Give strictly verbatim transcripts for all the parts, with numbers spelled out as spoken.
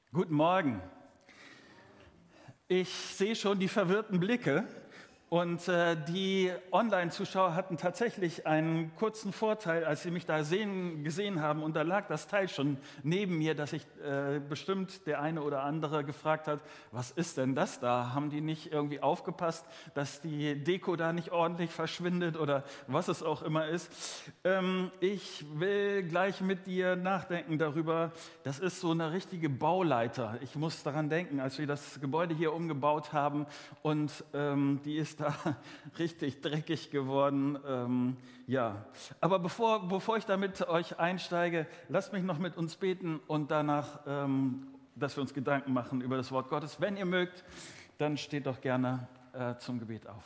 Guten Morgen. Ich sehe schon die verwirrten Blicke und äh, die Online-Zuschauer hatten tatsächlich einen kurzen Vorteil, als sie mich da sehen, gesehen haben und da lag das Teil schon neben mir, dass ich äh, bestimmt der eine oder andere gefragt hat, was ist denn das da? Haben die nicht irgendwie aufgepasst, dass die Deko da nicht ordentlich verschwindet oder was es auch immer ist? Ähm, ich will gleich mit dir nachdenken darüber, das ist so eine richtige Bauleiter. Ich muss daran denken, als wir das Gebäude hier umgebaut haben und ähm, die ist da richtig dreckig geworden. Ähm, ja, aber bevor, bevor ich da mit euch einsteige, lasst mich noch mit uns beten und danach, ähm, dass wir uns Gedanken machen über das Wort Gottes. Wenn ihr mögt, dann steht doch gerne äh, zum Gebet auf.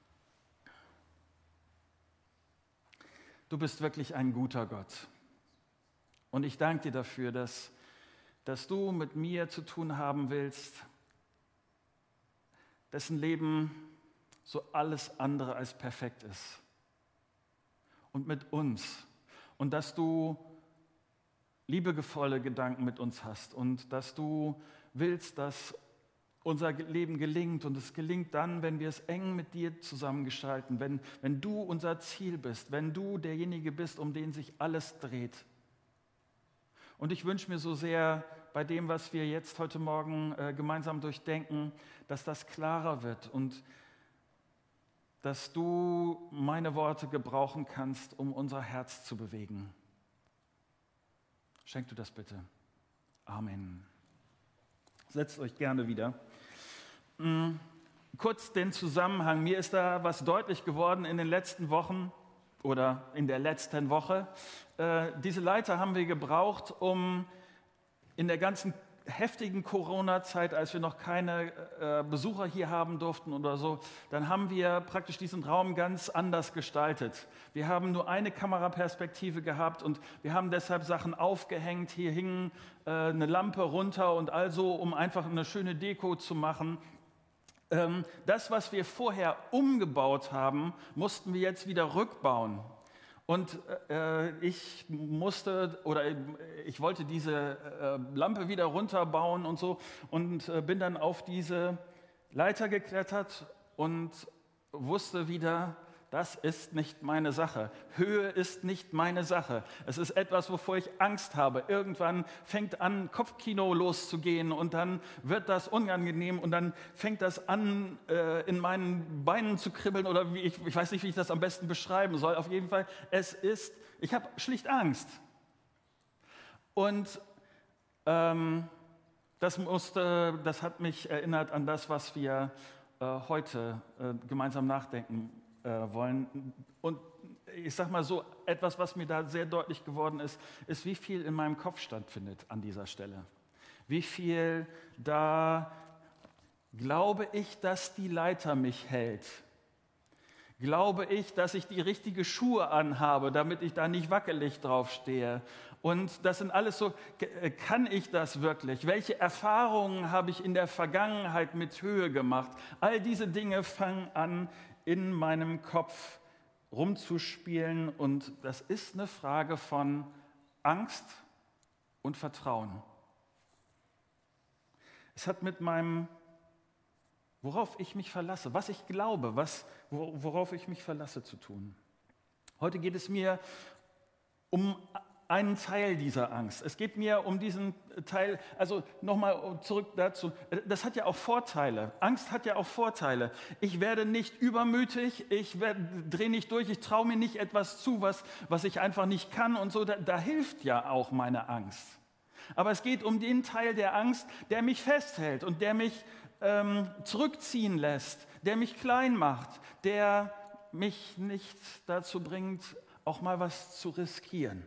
Du bist wirklich ein guter Gott. Und ich danke dir dafür, dass, dass du mit mir zu tun haben willst, dessen Leben so alles andere als perfekt ist. Und mit uns. Und dass du liebevolle Gedanken mit uns hast. Und dass du willst, dass unser Leben gelingt. Und es gelingt dann, wenn wir es eng mit dir zusammengestalten. Wenn, wenn du unser Ziel bist. Wenn du derjenige bist, um den sich alles dreht. Und ich wünsche mir so sehr bei dem, was wir jetzt heute Morgen äh, gemeinsam durchdenken, dass das klarer wird und dass du meine Worte gebrauchen kannst, um unser Herz zu bewegen. Schenk du das bitte. Amen. Setzt euch gerne wieder. Hm, kurz den Zusammenhang. Mir ist da was deutlich geworden in den letzten Wochen oder in der letzten Woche. Äh, diese Leiter haben wir gebraucht, um in der ganzen heftigen Corona-Zeit, als wir noch keine äh, Besucher hier haben durften oder so, dann haben wir praktisch diesen Raum ganz anders gestaltet. Wir haben nur eine Kameraperspektive gehabt und wir haben deshalb Sachen aufgehängt. Hier hing äh, eine Lampe runter und also, um einfach eine schöne Deko zu machen. Ähm, das, was wir vorher umgebaut haben, mussten wir jetzt wieder rückbauen. Und äh, ich musste oder ich wollte diese äh, Lampe wieder runterbauen und so und äh, bin dann auf diese Leiter geklettert und wusste wieder, das ist nicht meine Sache. Höhe ist nicht meine Sache. Es ist etwas, wovor ich Angst habe. Irgendwann fängt an, Kopfkino loszugehen und dann wird das unangenehm und dann fängt das an, äh, in meinen Beinen zu kribbeln oder wie ich, ich weiß nicht, wie ich das am besten beschreiben soll. Auf jeden Fall, es ist, ich habe schlicht Angst. Und ähm, das musste, das hat mich erinnert an das, was wir äh, heute äh, gemeinsam nachdenken wollen. Und ich sage mal so, etwas, was mir da sehr deutlich geworden ist, ist, wie viel in meinem Kopf stattfindet an dieser Stelle. Wie viel da glaube ich, dass die Leiter mich hält. Glaube ich, dass ich die richtige Schuhe anhabe, damit ich da nicht wackelig drauf stehe. Und das sind alles so, kann ich das wirklich? Welche Erfahrungen habe ich in der Vergangenheit mit Höhe gemacht? All diese Dinge fangen an, in meinem Kopf rumzuspielen und das ist eine Frage von Angst und Vertrauen. Es hat mit meinem, worauf ich mich verlasse, was ich glaube, was, worauf ich mich verlasse zu tun. Heute geht es mir um einen Teil dieser Angst. Es geht mir um diesen Teil, also nochmal zurück dazu, das hat ja auch Vorteile. Angst hat ja auch Vorteile. Ich werde nicht übermütig, ich drehe nicht durch, ich traue mir nicht etwas zu, was, was ich einfach nicht kann und so. Da, da hilft ja auch meine Angst. Aber es geht um den Teil der Angst, der mich festhält und der mich ähm, zurückziehen lässt, der mich klein macht, der mich nicht dazu bringt, auch mal was zu riskieren.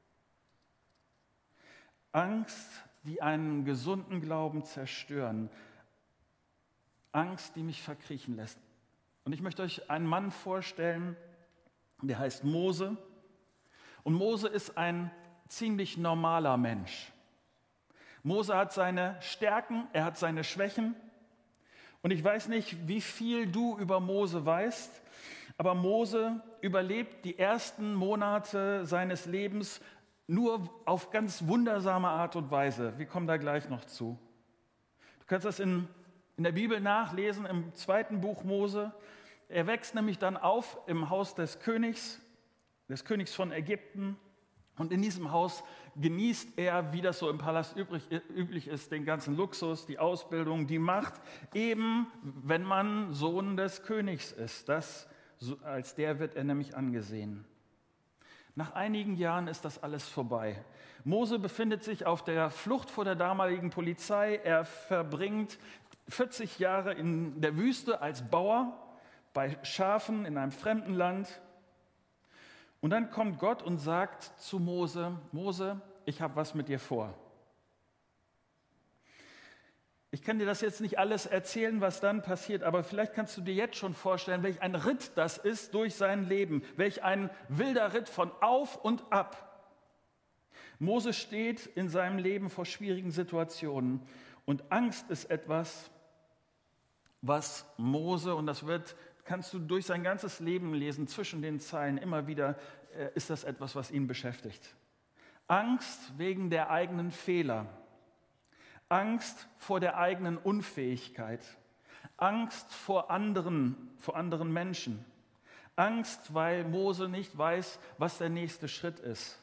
Angst, die einen gesunden Glauben zerstören. Angst, die mich verkriechen lässt. Und ich möchte euch einen Mann vorstellen, der heißt Mose. Und Mose ist ein ziemlich normaler Mensch. Mose hat seine Stärken, er hat seine Schwächen. Und ich weiß nicht, wie viel du über Mose weißt, aber Mose überlebt die ersten Monate seines Lebens nur auf ganz wundersame Art und Weise. Wir kommen da gleich noch zu. Du kannst das in, in der Bibel nachlesen, im zweiten Buch Mose. Er wächst nämlich dann auf im Haus des Königs, des Königs von Ägypten. Und in diesem Haus genießt er, wie das so im Palast übrig, üblich ist, den ganzen Luxus, die Ausbildung, die Macht, eben wenn man Sohn des Königs ist. Das, als der wird er nämlich angesehen. Nach einigen Jahren ist das alles vorbei. Mose befindet sich auf der Flucht vor der damaligen Polizei. Er verbringt vierzig Jahre in der Wüste als Bauer bei Schafen in einem fremden Land. Und dann kommt Gott und sagt zu Mose, Mose, ich habe was mit dir vor. Ich kann dir das jetzt nicht alles erzählen, was dann passiert, aber vielleicht kannst du dir jetzt schon vorstellen, welch ein Ritt das ist durch sein Leben, welch ein wilder Ritt von auf und ab. Mose steht in seinem Leben vor schwierigen Situationen und Angst ist etwas, was Mose, und das wird, kannst du durch sein ganzes Leben lesen, zwischen den Zeilen immer wieder, äh, ist das etwas, was ihn beschäftigt. Angst wegen der eigenen Fehler. Angst vor der eigenen Unfähigkeit, Angst vor anderen, vor anderen Menschen, Angst, weil Mose nicht weiß, was der nächste Schritt ist.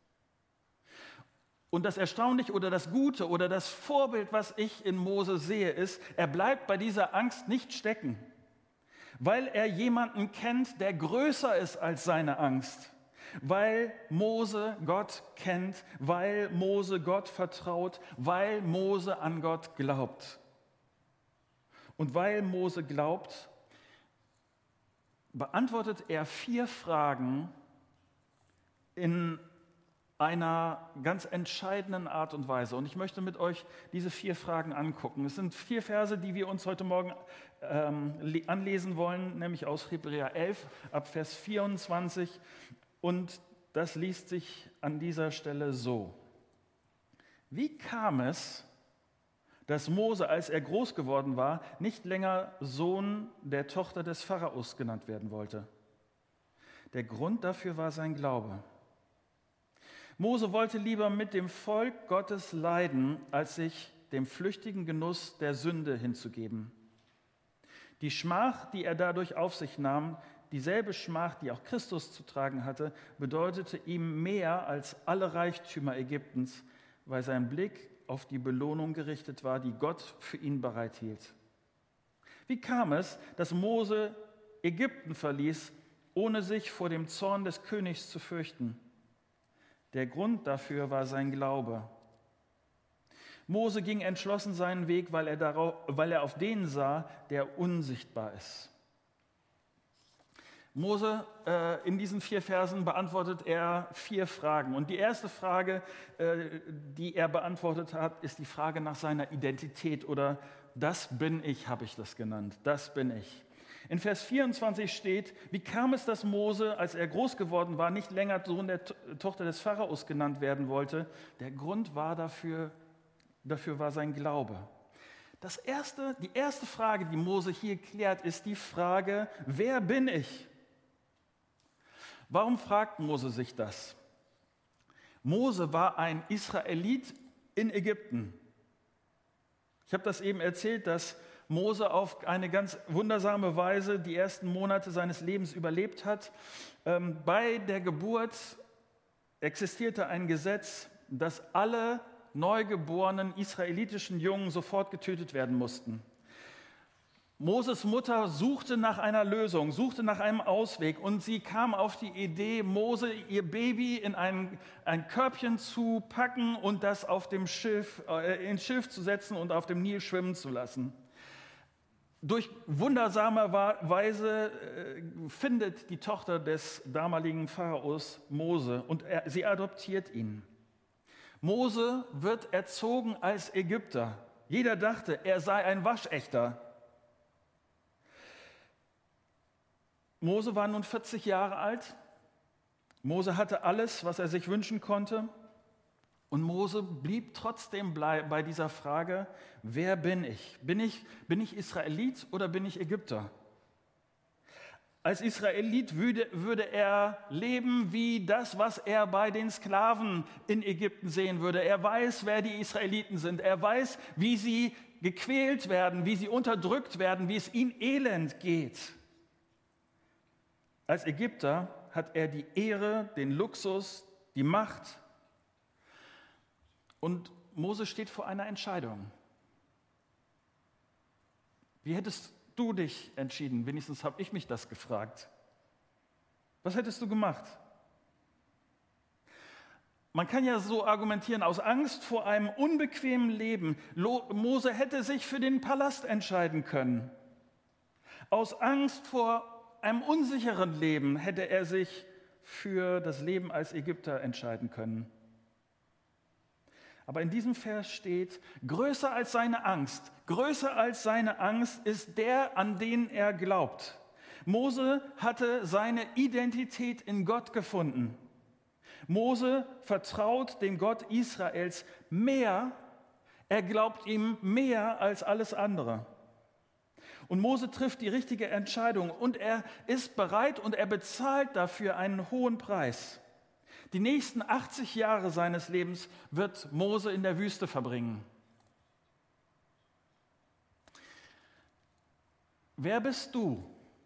Und das Erstaunliche oder das Gute oder das Vorbild, was ich in Mose sehe, ist, er bleibt bei dieser Angst nicht stecken, weil er jemanden kennt, der größer ist als seine Angst. Weil Mose Gott kennt, weil Mose Gott vertraut, weil Mose an Gott glaubt. Und weil Mose glaubt, beantwortet er vier Fragen in einer ganz entscheidenden Art und Weise. Und ich möchte mit euch diese vier Fragen angucken. Es sind vier Verse, die wir uns heute Morgen ähm, anlesen wollen, nämlich aus Hebräer elf ab Vers vierundzwanzig. Und das liest sich an dieser Stelle so. Wie kam es, dass Mose, als er groß geworden war, nicht länger Sohn der Tochter des Pharaos genannt werden wollte? Der Grund dafür war sein Glaube. Mose wollte lieber mit dem Volk Gottes leiden, als sich dem flüchtigen Genuss der Sünde hinzugeben. Die Schmach, die er dadurch auf sich nahm, dieselbe Schmach, die auch Christus zu tragen hatte, bedeutete ihm mehr als alle Reichtümer Ägyptens, weil sein Blick auf die Belohnung gerichtet war, die Gott für ihn bereithielt. Wie kam es, dass Mose Ägypten verließ, ohne sich vor dem Zorn des Königs zu fürchten? Der Grund dafür war sein Glaube. Mose ging entschlossen seinen Weg, weil er, darauf, weil er auf den sah, der unsichtbar ist. Mose, äh, in diesen vier Versen beantwortet er vier Fragen. Und die erste Frage, äh, die er beantwortet hat, ist die Frage nach seiner Identität oder das bin ich, habe ich das genannt, das bin ich. In Vers vierundzwanzig steht, wie kam es, dass Mose, als er groß geworden war, nicht länger Sohn der Tochter des Pharaos genannt werden wollte? Der Grund war dafür, dafür war sein Glaube. Das erste, die erste Frage, die Mose hier klärt, ist die Frage, wer bin ich? Warum fragt Mose sich das? Mose war ein Israelit in Ägypten. Ich habe das eben erzählt, dass Mose auf eine ganz wundersame Weise die ersten Monate seines Lebens überlebt hat. Ähm, bei der Geburt existierte ein Gesetz, dass alle neugeborenen israelitischen Jungen sofort getötet werden mussten. Moses Mutter suchte nach einer Lösung, suchte nach einem Ausweg und sie kam auf die Idee, Mose ihr Baby in ein, ein Körbchen zu packen und das auf dem Schiff, äh, ins Schiff zu setzen und auf dem Nil schwimmen zu lassen. Durch wundersame Weise äh, findet die Tochter des damaligen Pharaos Mose und er, sie adoptiert ihn. Mose wird erzogen als Ägypter. Jeder dachte, er sei ein Waschechter. Mose war nun vierzig Jahre alt. Mose hatte alles, was er sich wünschen konnte. Und Mose blieb trotzdem bei dieser Frage, wer bin ich? Bin ich, bin ich Israelit oder bin ich Ägypter? Als Israelit würde, würde er leben wie das, was er bei den Sklaven in Ägypten sehen würde. Er weiß, wer die Israeliten sind. Er weiß, wie sie gequält werden, wie sie unterdrückt werden, wie es ihnen elend geht. Als Ägypter hat er die Ehre, den Luxus, die Macht. Und Mose steht vor einer Entscheidung. Wie hättest du dich entschieden? Wenigstens habe ich mich das gefragt. Was hättest du gemacht? Man kann ja so argumentieren, aus Angst vor einem unbequemen Leben. Mose hätte sich für den Palast entscheiden können. Aus Angst vor einem unsicheren Leben hätte er sich für das Leben als Ägypter entscheiden können. Aber in diesem Vers steht, größer als seine Angst, größer als seine Angst ist der, an den er glaubt. Mose hatte seine Identität in Gott gefunden. Mose vertraut dem Gott Israels mehr, er glaubt ihm mehr als alles andere. Und Mose trifft die richtige Entscheidung und er ist bereit und er bezahlt dafür einen hohen Preis. Die nächsten achtzig Jahre seines Lebens wird Mose in der Wüste verbringen. Wer bist du?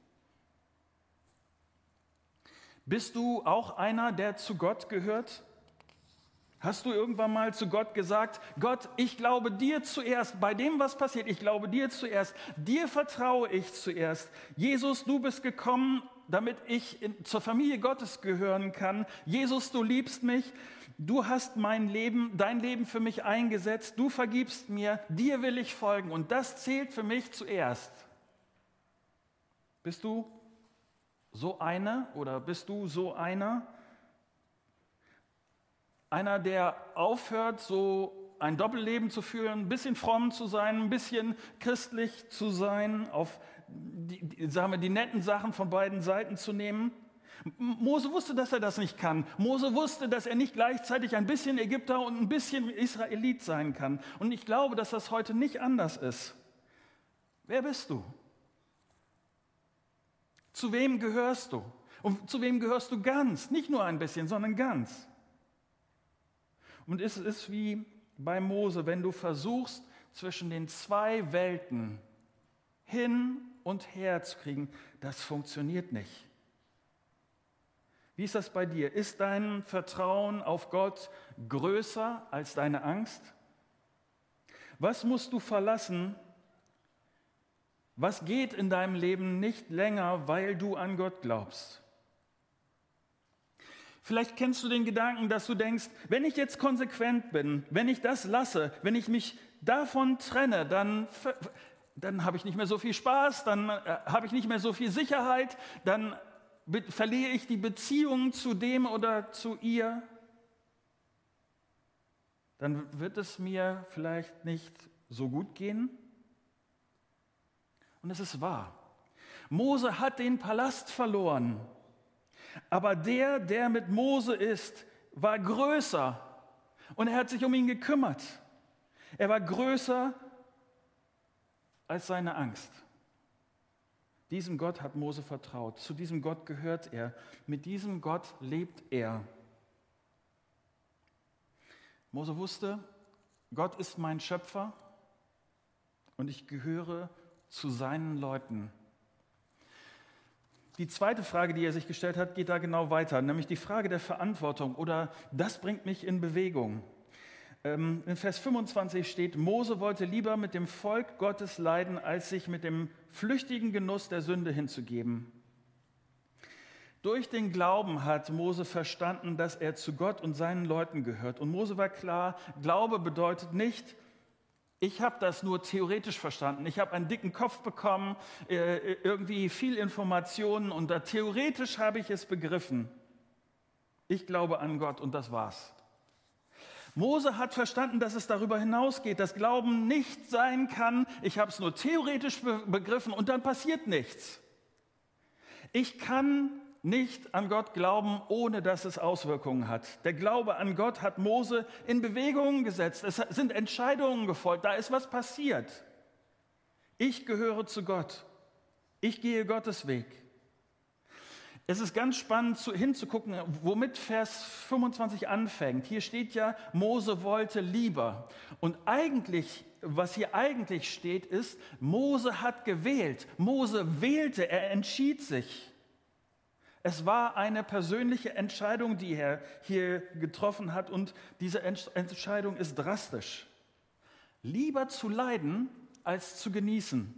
Bist du auch einer, der zu Gott gehört? Hast du irgendwann mal zu Gott gesagt, Gott, ich glaube dir zuerst, bei dem, was passiert, ich glaube dir zuerst, dir vertraue ich zuerst. Jesus, du bist gekommen, damit ich in, zur Familie Gottes gehören kann. Jesus, du liebst mich, du hast mein Leben, dein Leben für mich eingesetzt, du vergibst mir, dir will ich folgen und das zählt für mich zuerst. Bist du so einer oder bist du so einer? Einer, der aufhört, so ein Doppelleben zu führen, ein bisschen fromm zu sein, ein bisschen christlich zu sein, auf die, die, sagen wir, die netten Sachen von beiden Seiten zu nehmen. Mose wusste, dass er das nicht kann. Mose wusste, dass er nicht gleichzeitig ein bisschen Ägypter und ein bisschen Israelit sein kann. Und ich glaube, dass das heute nicht anders ist. Wer bist du? Zu wem gehörst du? Und zu wem gehörst du ganz? Nicht nur ein bisschen, sondern ganz. Und es ist wie bei Mose, wenn du versuchst, zwischen den zwei Welten hin und her zu kriegen, das funktioniert nicht. Wie ist das bei dir? Ist dein Vertrauen auf Gott größer als deine Angst? Was musst du verlassen? Was geht in deinem Leben nicht länger, weil du an Gott glaubst? Vielleicht kennst du den Gedanken, dass du denkst, wenn ich jetzt konsequent bin, wenn ich das lasse, wenn ich mich davon trenne, dann, dann habe ich nicht mehr so viel Spaß, dann äh, habe ich nicht mehr so viel Sicherheit, dann be- verliere ich die Beziehung zu dem oder zu ihr. Dann wird es mir vielleicht nicht so gut gehen. Und es ist wahr. Mose hat den Palast verloren. Aber der, der mit Mose ist, war größer und er hat sich um ihn gekümmert. Er war größer als seine Angst. Diesem Gott hat Mose vertraut, zu diesem Gott gehört er, mit diesem Gott lebt er. Mose wusste, Gott ist mein Schöpfer und ich gehöre zu seinen Leuten. Die zweite Frage, die er sich gestellt hat, geht da genau weiter, nämlich die Frage der Verantwortung oder das bringt mich in Bewegung. Ähm, in Vers fünfundzwanzig steht, Mose wollte lieber mit dem Volk Gottes leiden, als sich mit dem flüchtigen Genuss der Sünde hinzugeben. Durch den Glauben hat Mose verstanden, dass er zu Gott und seinen Leuten gehört. Und Mose war klar, Glaube bedeutet nicht, ich habe das nur theoretisch verstanden. Ich habe einen dicken Kopf bekommen, äh, irgendwie viel Informationen und da theoretisch habe ich es begriffen. Ich glaube an Gott und das war's. Mose hat verstanden, dass es darüber hinausgeht, dass Glauben nicht sein kann, ich habe es nur theoretisch be- begriffen und dann passiert nichts. Ich kann nicht an Gott glauben, ohne dass es Auswirkungen hat. Der Glaube an Gott hat Mose in Bewegung gesetzt. Es sind Entscheidungen gefolgt, da ist was passiert. Ich gehöre zu Gott. Ich gehe Gottes Weg. Es ist ganz spannend zu, hinzugucken, womit Vers fünfundzwanzig anfängt. Hier steht ja, Mose wollte lieber. Und eigentlich, was hier eigentlich steht, ist, Mose hat gewählt. Mose wählte, er entschied sich. Es war eine persönliche Entscheidung, die er hier getroffen hat, und diese Entscheidung ist drastisch. Lieber zu leiden, als zu genießen.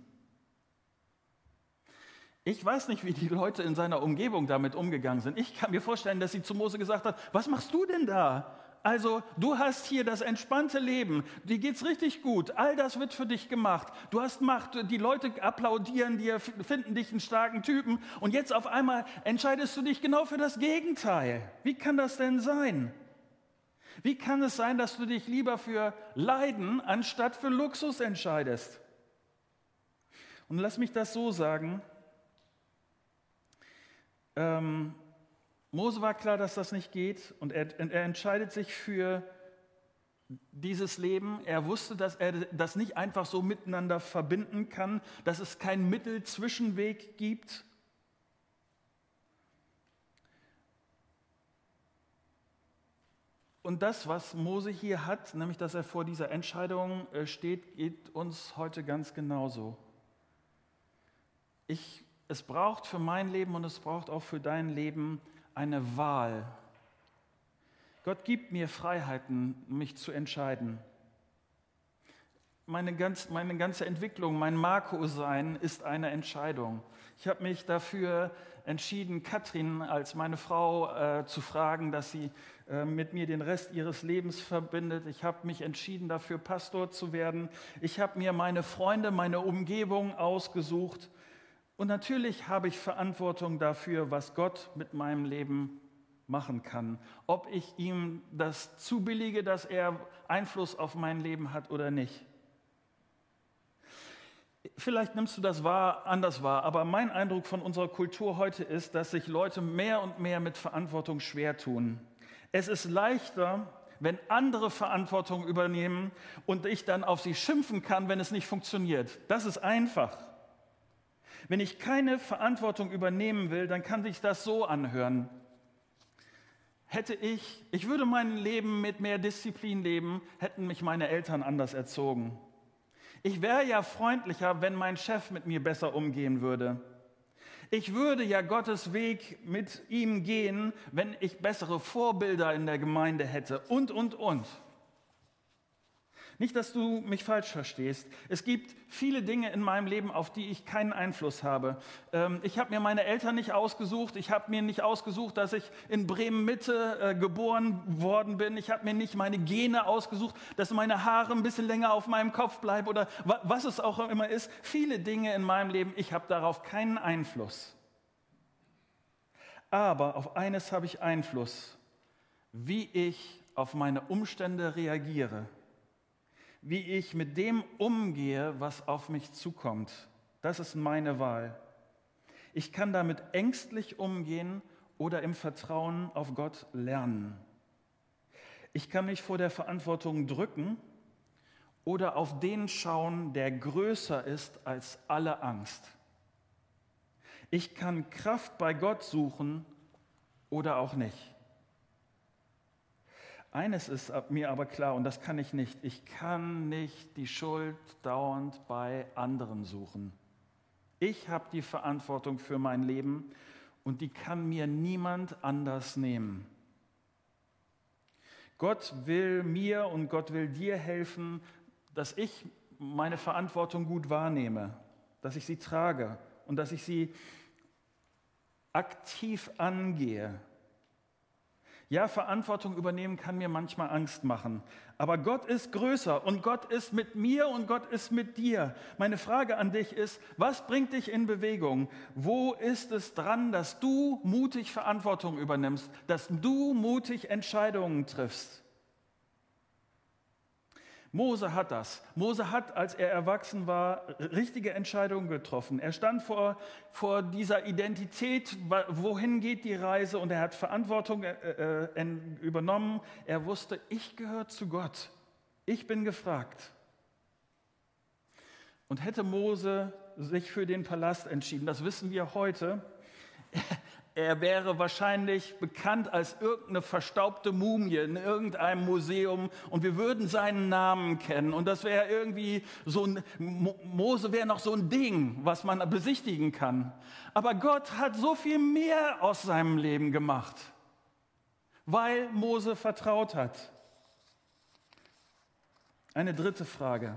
Ich weiß nicht, wie die Leute in seiner Umgebung damit umgegangen sind. Ich kann mir vorstellen, dass sie zu Mose gesagt hat, was machst du denn da? Also, du hast hier das entspannte Leben, dir geht's richtig gut, all das wird für dich gemacht. Du hast Macht, die Leute applaudieren dir, finden dich einen starken Typen, und jetzt auf einmal entscheidest du dich genau für das Gegenteil. Wie kann das denn sein? Wie kann es sein, dass du dich lieber für Leiden anstatt für Luxus entscheidest? Und lass mich das so sagen. Ähm, Mose war klar, dass das nicht geht, und er, er entscheidet sich für dieses Leben. Er wusste, dass er das nicht einfach so miteinander verbinden kann, dass es keinen Mittelzwischenweg gibt. Und das, was Mose hier hat, nämlich dass er vor dieser Entscheidung steht, geht uns heute ganz genauso. Ich Es braucht für mein Leben und es braucht auch für dein Leben eine Wahl. Gott gibt mir Freiheiten, mich zu entscheiden. Meine, ganz, meine ganze Entwicklung, mein Marco-Sein ist eine Entscheidung. Ich habe mich dafür entschieden, Katrin als meine Frau äh, zu fragen, dass sie äh, mit mir den Rest ihres Lebens verbindet. Ich habe mich entschieden, dafür Pastor zu werden. Ich habe mir meine Freunde, meine Umgebung ausgesucht. Und natürlich habe ich Verantwortung dafür, was Gott mit meinem Leben machen kann. Ob ich ihm das zubillige, dass er Einfluss auf mein Leben hat oder nicht. Vielleicht nimmst du das wahr, anders wahr, aber mein Eindruck von unserer Kultur heute ist, dass sich Leute mehr und mehr mit Verantwortung schwer tun. Es ist leichter, wenn andere Verantwortung übernehmen und ich dann auf sie schimpfen kann, wenn es nicht funktioniert. Das ist einfach. Wenn ich keine Verantwortung übernehmen will, dann kann sich das so anhören. Hätte ich, ich würde mein Leben mit mehr Disziplin leben, hätten mich meine Eltern anders erzogen. Ich wäre ja freundlicher, wenn mein Chef mit mir besser umgehen würde. Ich würde ja Gottes Weg mit ihm gehen, wenn ich bessere Vorbilder in der Gemeinde hätte und, und, und. Nicht, dass du mich falsch verstehst. Es gibt viele Dinge in meinem Leben, auf die ich keinen Einfluss habe. Ich habe mir meine Eltern nicht ausgesucht. Ich habe mir nicht ausgesucht, dass ich in Bremen-Mitte geboren worden bin. Ich habe mir nicht meine Gene ausgesucht, dass meine Haare ein bisschen länger auf meinem Kopf bleiben oder was es auch immer ist. Viele Dinge in meinem Leben, ich habe darauf keinen Einfluss. Aber auf eines habe ich Einfluss: wie ich auf meine Umstände reagiere. Wie ich mit dem umgehe, was auf mich zukommt. Das ist meine Wahl. Ich kann damit ängstlich umgehen oder im Vertrauen auf Gott lernen. Ich kann mich vor der Verantwortung drücken oder auf den schauen, der größer ist als alle Angst. Ich kann Kraft bei Gott suchen oder auch nicht. Eines ist mir aber klar, und das kann ich nicht. Ich kann nicht die Schuld dauernd bei anderen suchen. Ich habe die Verantwortung für mein Leben und die kann mir niemand anders nehmen. Gott will mir und Gott will dir helfen, dass ich meine Verantwortung gut wahrnehme, dass ich sie trage und dass ich sie aktiv angehe. Ja, Verantwortung übernehmen kann mir manchmal Angst machen, aber Gott ist größer und Gott ist mit mir und Gott ist mit dir. Meine Frage an dich ist, was bringt dich in Bewegung? Wo ist es dran, dass du mutig Verantwortung übernimmst, dass du mutig Entscheidungen triffst? Mose hat das. Mose hat, als er erwachsen war, richtige Entscheidungen getroffen. Er stand vor, vor dieser Identität, wohin geht die Reise, und er hat Verantwortung äh, äh, übernommen. Er wusste, ich gehöre zu Gott. Ich bin gefragt. Und hätte Mose sich für den Palast entschieden, das wissen wir heute, Er wäre wahrscheinlich bekannt als irgendeine verstaubte Mumie in irgendeinem Museum und wir würden seinen Namen kennen. Und das wäre irgendwie so ein, Mose wäre noch so ein Ding, was man besichtigen kann. Aber Gott hat so viel mehr aus seinem Leben gemacht, weil Mose vertraut hat. Eine dritte Frage.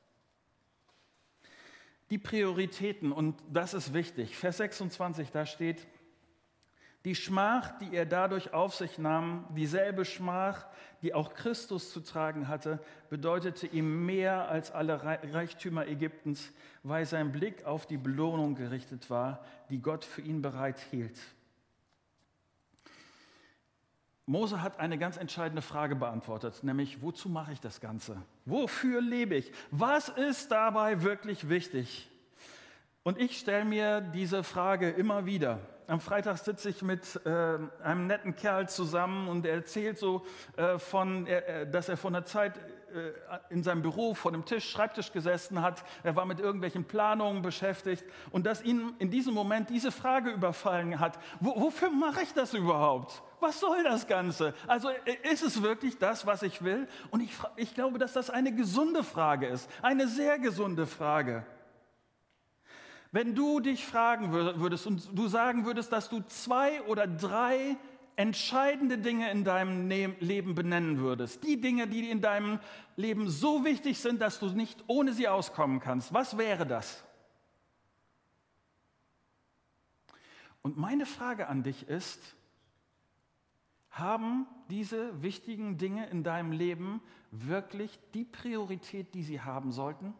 Die Prioritäten, und das ist wichtig. Vers sechsundzwanzig, da steht: Die Schmach, die er dadurch auf sich nahm, dieselbe Schmach, die auch Christus zu tragen hatte, bedeutete ihm mehr als alle Reichtümer Ägyptens, weil sein Blick auf die Belohnung gerichtet war, die Gott für ihn bereithielt. Mose hat eine ganz entscheidende Frage beantwortet, nämlich: Wozu mache ich das Ganze? Wofür lebe ich? Was ist dabei wirklich wichtig? Und ich stelle mir diese Frage immer wieder. Am Freitag sitze ich mit äh, einem netten Kerl zusammen und er erzählt so, äh, von, äh, dass er von der Zeit äh, in seinem Büro vor dem Tisch, Schreibtisch gesessen hat. Er war mit irgendwelchen Planungen beschäftigt und dass ihn in diesem Moment diese Frage überfallen hat: Wo, wofür mache ich das überhaupt? Was soll das Ganze? Also ist es wirklich das, was ich will? Und ich, ich glaube, dass das eine gesunde Frage ist, eine sehr gesunde Frage. Wenn du dich fragen würdest und du sagen würdest, dass du zwei oder drei entscheidende Dinge in deinem Leben benennen würdest, die Dinge, die in deinem Leben so wichtig sind, dass du nicht ohne sie auskommen kannst, was wäre das? Und meine Frage an dich ist: Haben diese wichtigen Dinge in deinem Leben wirklich die Priorität, die sie haben sollten?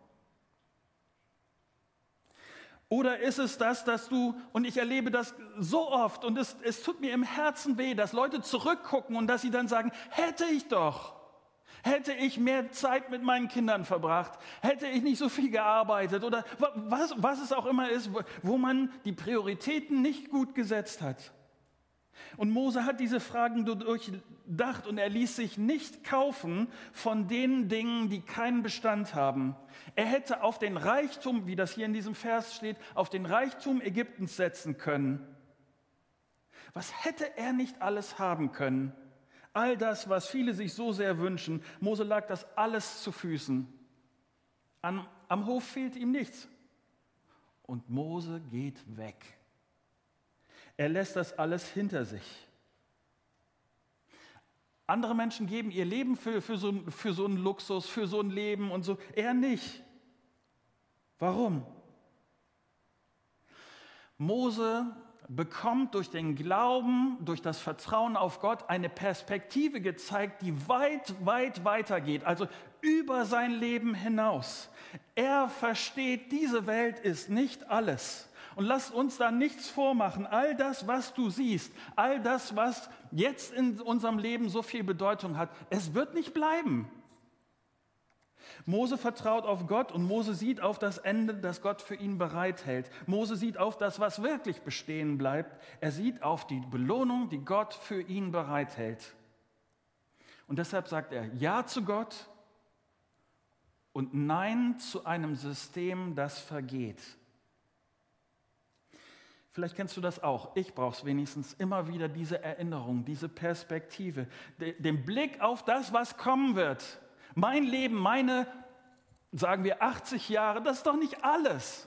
Oder ist es das, dass du, und ich erlebe das so oft und es, es tut mir im Herzen weh, dass Leute zurückgucken und dass sie dann sagen: Hätte ich doch, hätte ich mehr Zeit mit meinen Kindern verbracht, hätte ich nicht so viel gearbeitet oder was, was es auch immer ist, wo man die Prioritäten nicht gut gesetzt hat. Und Mose hat diese Fragen durchdacht und er ließ sich nicht kaufen von den Dingen, die keinen Bestand haben. Er hätte auf den Reichtum, wie das hier in diesem Vers steht, auf den Reichtum Ägyptens setzen können. Was hätte er nicht alles haben können? All das, was viele sich so sehr wünschen. Mose lag das alles zu Füßen. Am, am Hof fehlt ihm nichts. Und Mose geht weg. Er lässt das alles hinter sich. Andere Menschen geben ihr Leben für, für, so, für so einen Luxus, für so ein Leben und so. Er nicht. Warum? Mose bekommt durch den Glauben, durch das Vertrauen auf Gott eine Perspektive gezeigt, die weit, weit weitergeht, also über sein Leben hinaus. Er versteht, diese Welt ist nicht alles. Und lasst uns da nichts vormachen. All das, was du siehst, all das, was jetzt in unserem Leben so viel Bedeutung hat, es wird nicht bleiben. Mose vertraut auf Gott und Mose sieht auf das Ende, das Gott für ihn bereithält. Mose sieht auf das, was wirklich bestehen bleibt. Er sieht auf die Belohnung, die Gott für ihn bereithält. Und deshalb sagt er Ja zu Gott und Nein zu einem System, das vergeht. Vielleicht kennst du das auch. Ich brauche es wenigstens immer wieder, diese Erinnerung, diese Perspektive, den Blick auf das, was kommen wird. Mein Leben, meine, sagen wir, achtzig Jahre, das ist doch nicht alles.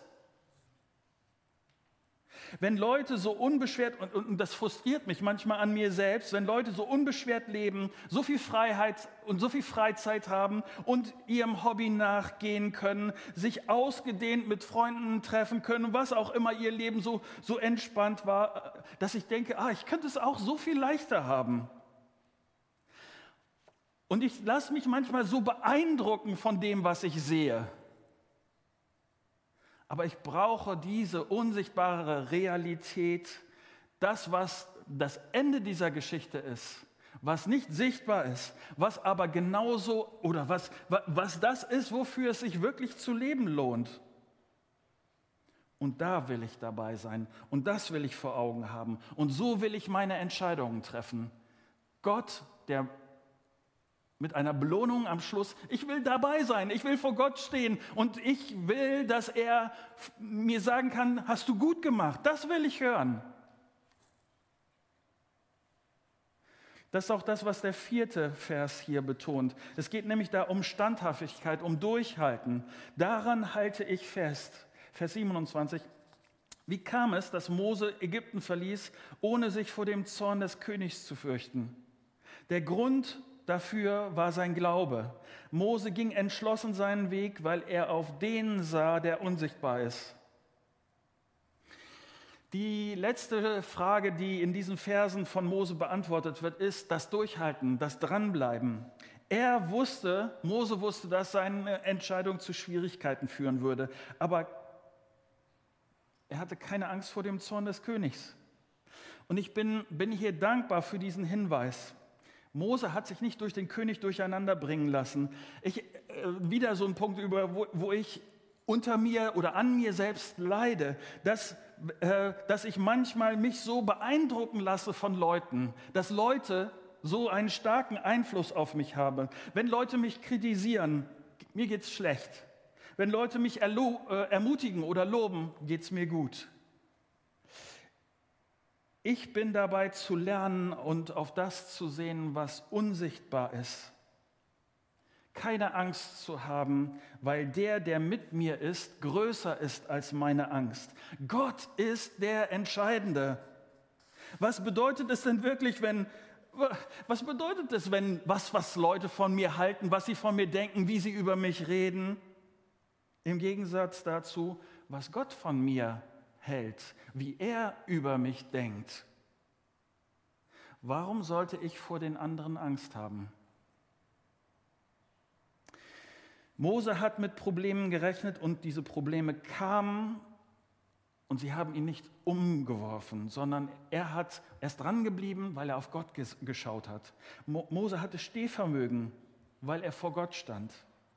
Wenn Leute so unbeschwert, und, und das frustriert mich manchmal an mir selbst, wenn Leute so unbeschwert leben, so viel Freiheit und so viel Freizeit haben und ihrem Hobby nachgehen können, sich ausgedehnt mit Freunden treffen können, was auch immer ihr Leben so, so entspannt war, dass ich denke, ah, ich könnte es auch so viel leichter haben. Und ich lasse mich manchmal so beeindrucken von dem, was ich sehe. Aber ich brauche diese unsichtbare Realität, das, was das Ende dieser Geschichte ist, was nicht sichtbar ist, was aber genauso oder was, was das ist, wofür es sich wirklich zu leben lohnt. Und da will ich dabei sein und das will ich vor Augen haben und so will ich meine Entscheidungen treffen. Gott, der mit einer Belohnung am Schluss, ich will dabei sein, ich will vor Gott stehen und ich will, dass er mir sagen kann, hast du gut gemacht, das will ich hören. Das ist auch das, was der vierte Vers hier betont. Es geht nämlich da um Standhaftigkeit, um Durchhalten. Daran halte ich fest. Vers siebenundzwanzig. Wie kam es, dass Mose Ägypten verließ, ohne sich vor dem Zorn des Königs zu fürchten? Der Grund dafür war sein Glaube. Mose ging entschlossen seinen Weg, weil er auf den sah, der unsichtbar ist. Die letzte Frage, die in diesen Versen von Mose beantwortet wird, ist das Durchhalten, das Dranbleiben. Er wusste, Mose wusste, dass seine Entscheidung zu Schwierigkeiten führen würde, aber er hatte keine Angst vor dem Zorn des Königs. Und ich bin, bin hier dankbar für diesen Hinweis. Mose hat sich nicht durch den König durcheinander bringen lassen. Ich, äh, wieder so ein Punkt, über, wo, wo ich unter mir oder an mir selbst leide, dass, äh, dass ich manchmal mich so beeindrucken lasse von Leuten, dass Leute so einen starken Einfluss auf mich haben. Wenn Leute mich kritisieren, mir geht's schlecht. Wenn Leute mich erlo- äh, ermutigen oder loben, geht's mir gut. Ich bin dabei zu lernen und auf das zu sehen, was unsichtbar ist. Keine Angst zu haben, weil der, der mit mir ist, größer ist als meine Angst. Gott ist der Entscheidende. Was bedeutet es denn wirklich, wenn, was bedeutet es, wenn was, was Leute von mir halten, was sie von mir denken, wie sie über mich reden? Im Gegensatz dazu, was Gott von mir hält, wie er über mich denkt. Warum sollte ich vor den anderen Angst haben? Mose hat mit Problemen gerechnet und diese Probleme kamen und sie haben ihn nicht umgeworfen, sondern er hat erst dran geblieben, weil er auf Gott ges- geschaut hat. Mo- Mose hatte Stehvermögen, weil er vor Gott stand.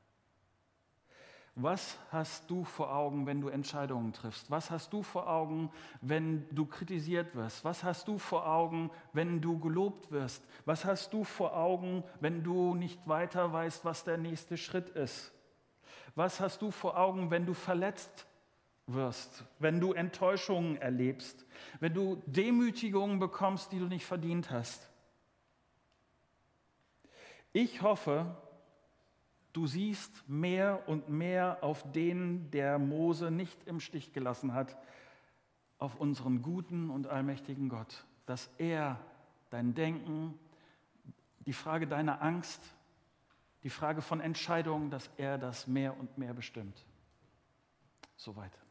Was hast du vor Augen, wenn du Entscheidungen triffst? Was hast du vor Augen, wenn du kritisiert wirst? Was hast du vor Augen, wenn du gelobt wirst? Was hast du vor Augen, wenn du nicht weiter weißt, was der nächste Schritt ist? Was hast du vor Augen, wenn du verletzt wirst, wenn du Enttäuschungen erlebst, wenn du Demütigungen bekommst, die du nicht verdient hast? Ich hoffe, du siehst mehr und mehr auf den, der Mose nicht im Stich gelassen hat, auf unseren guten und allmächtigen Gott, dass er dein Denken, die Frage deiner Angst, die Frage von Entscheidungen, dass er das mehr und mehr bestimmt. Soweit.